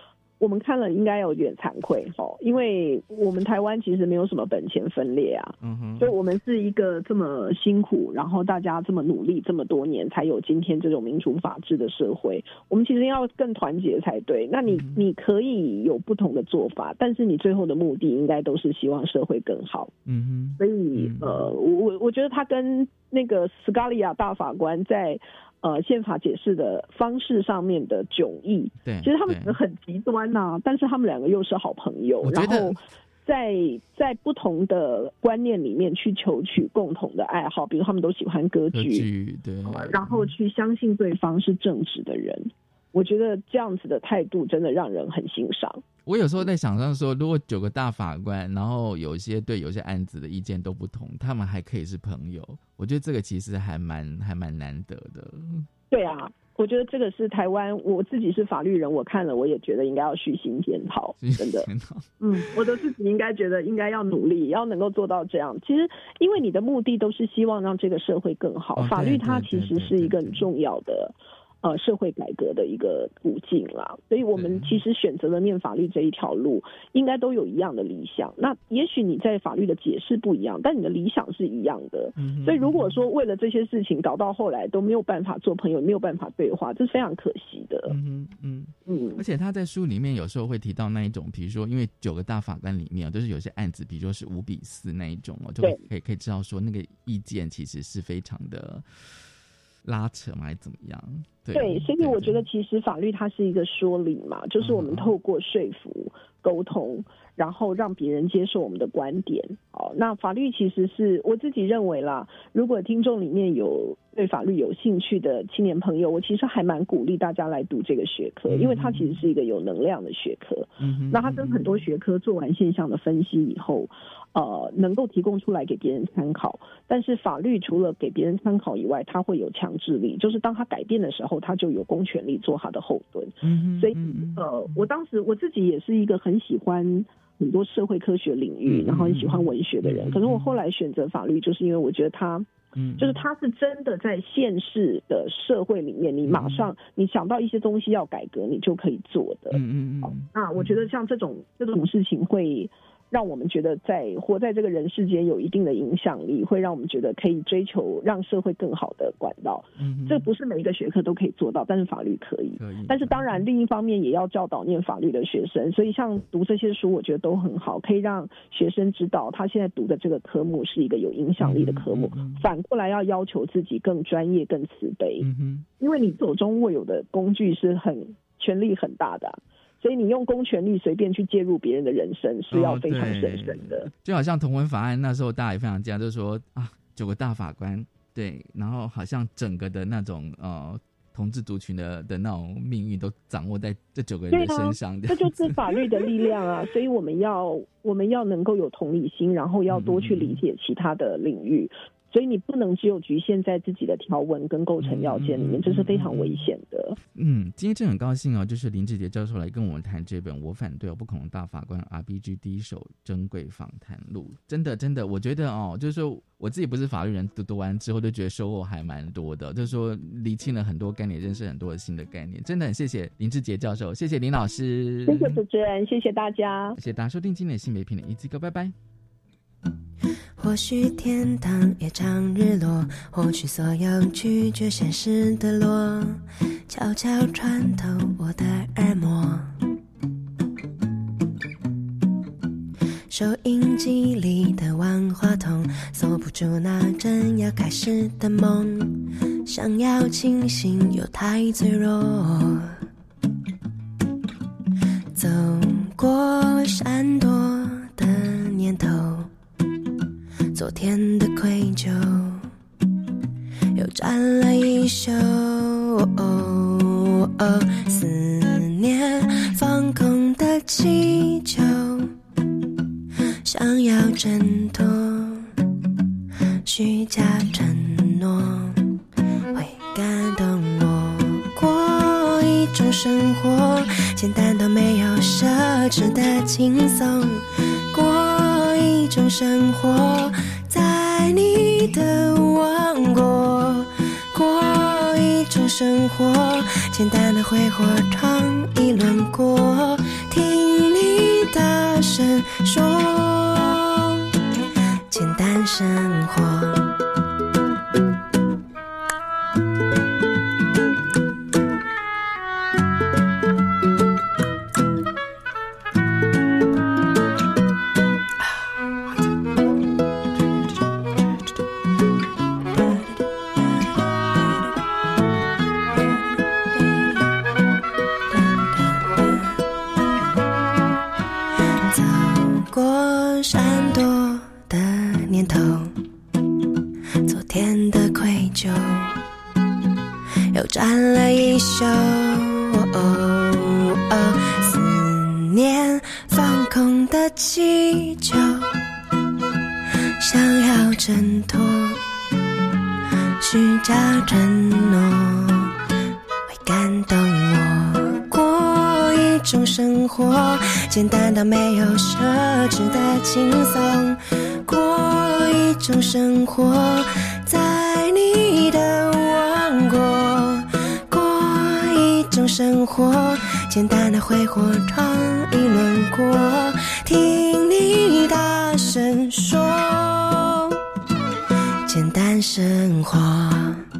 我们看了应该有点惭愧哈，因为我们台湾其实没有什么本钱分裂啊，嗯哼，所以我们是一个这么辛苦，然后大家这么努力这么多年才有今天这种民主法治的社会，我们其实要更团结才对。那你你可以有不同的做法，但是你最后的目的应该都是希望社会更好。嗯哼，所以呃，我我觉得他跟那个斯卡利亚大法官在呃宪法解释的方式上面的迥异，对，其实他们两个很极端呐、啊，但是他们两个又是好朋友，然后在在不同的观念里面去求取共同的爱好，比如他们都喜欢歌剧，歌剧对、呃，然后去相信对方是正直的人。我觉得这样子的态度真的让人很欣赏。 我有时候在想象说，如果九个大法官，然后有些对有些案子的意见都不同，他们还可以是朋友，我觉得这个其实还蛮还蛮难得的。 对啊，我觉得这个是台湾，我自己是法律人，我看了我也觉得应该要虚心检讨，真的。嗯，我的自己应该觉得应该要努力，要能够做到这样。其实因为你的目的都是希望让这个社会更好，哦、法律它其实是一个很重要的。呃，社会改革的一个途径啦，所以我们其实选择了念法律这一条路，应该都有一样的理想。那也许你在法律的解释不一样，但你的理想是一样的。嗯、所以如果说为了这些事情搞到后来都没有办法做朋友，没有办法对话，这是非常可惜的。嗯嗯嗯。而且他在书里面有时候会提到那一种，比如说因为九个大法官里面就是有些案子，比如说是五比四那一种哦，就可以可以知道说那个意见其实是非常的拉扯嘛，还是怎么样？对， 对，所以我觉得其实法律它是一个说理嘛，就是我们透过说服、沟通，然后让别人接受我们的观点。哦，那法律其实是我自己认为啦，如果听众里面有对法律有兴趣的青年朋友，我其实还蛮鼓励大家来读这个学科，因为它其实是一个有能量的学科。嗯，那它跟很多学科做完现象的分析以后，呃，能够提供出来给别人参考。但是法律除了给别人参考以外，它会有强制力，就是当它改变的时候，它就有公权力做它的后盾。嗯，所以呃，我当时我自己也是一个很喜欢很多社会科学领域，然后很喜欢文学的人。可是我后来选择法律，就是因为我觉得它，嗯，就是它是真的在现世的社会里面，你马上你想到一些东西要改革，你就可以做的。嗯嗯嗯。那我觉得像这种这种事情会让我们觉得在活在这个人世间有一定的影响力，会让我们觉得可以追求让社会更好的管道。嗯，这不是每一个学科都可以做到，但是法律可以。可以。但是当然另一方面也要教导念法律的学生，所以像读这些书我觉得都很好，可以让学生知道他现在读的这个科目是一个有影响力的科目。嗯嗯嗯、反过来要要求自己更专业更慈悲。嗯哼，因为你手中握有的工具是很权力很大的、啊，所以你用公权力随便去介入别人的人生是要非常审慎的、哦、 就好像同婚法案那时候大家也非常惊讶，就是说啊，九个大法官，对，然后好像整个的那种呃同志族群的的那种命运都掌握在这九个人的身上。 对啊，这就是法律的力量啊！所以我们要我们要能够有同理心，然后要多去理解其他的领域。嗯，所以你不能只有局限在自己的条文跟构成要件里面，这是非常危险的。 嗯，今天真的很高兴哦，就是林志杰教授来跟我们谈这本《我反对我不恐龙大法官 R B G 第一手珍贵访谈录》。真的真的，我觉得哦，就是说我自己不是法律人，读读完之后就觉得收获还蛮多的，就是说厘清了很多概念，认识很多的新的概念。真的很谢谢林志杰教授，谢谢林老师， 谢谢主持人，谢谢大家， 谢谢大家收听今天的性别平等一次歌，拜拜。 或许天堂也常日落，或许所有拒绝现实的落，悄悄穿透我的耳膜。收音机里的万花筒锁不住那正要开始的梦，想要清醒又太脆弱。走过闪躲的念头，昨天的愧疚又沾了一宿、哦哦哦、思念放空的气球，想要挣脱虚假承诺，会感动我。过一种生活，简单到没有奢侈的轻松，过一种生活，在你的王国，过一种生活，简单的挥霍闯一轮过，听你大声说，简单生活。又站了一宿，哦哦，思念放空的气球，想要挣脱，虚假承诺会感动我。过一种生活，简单到没有奢侈的轻松，过一种生活，在你的王国，过一种生活，简单的挥霍闯一轮过，听你大声说，简单生活。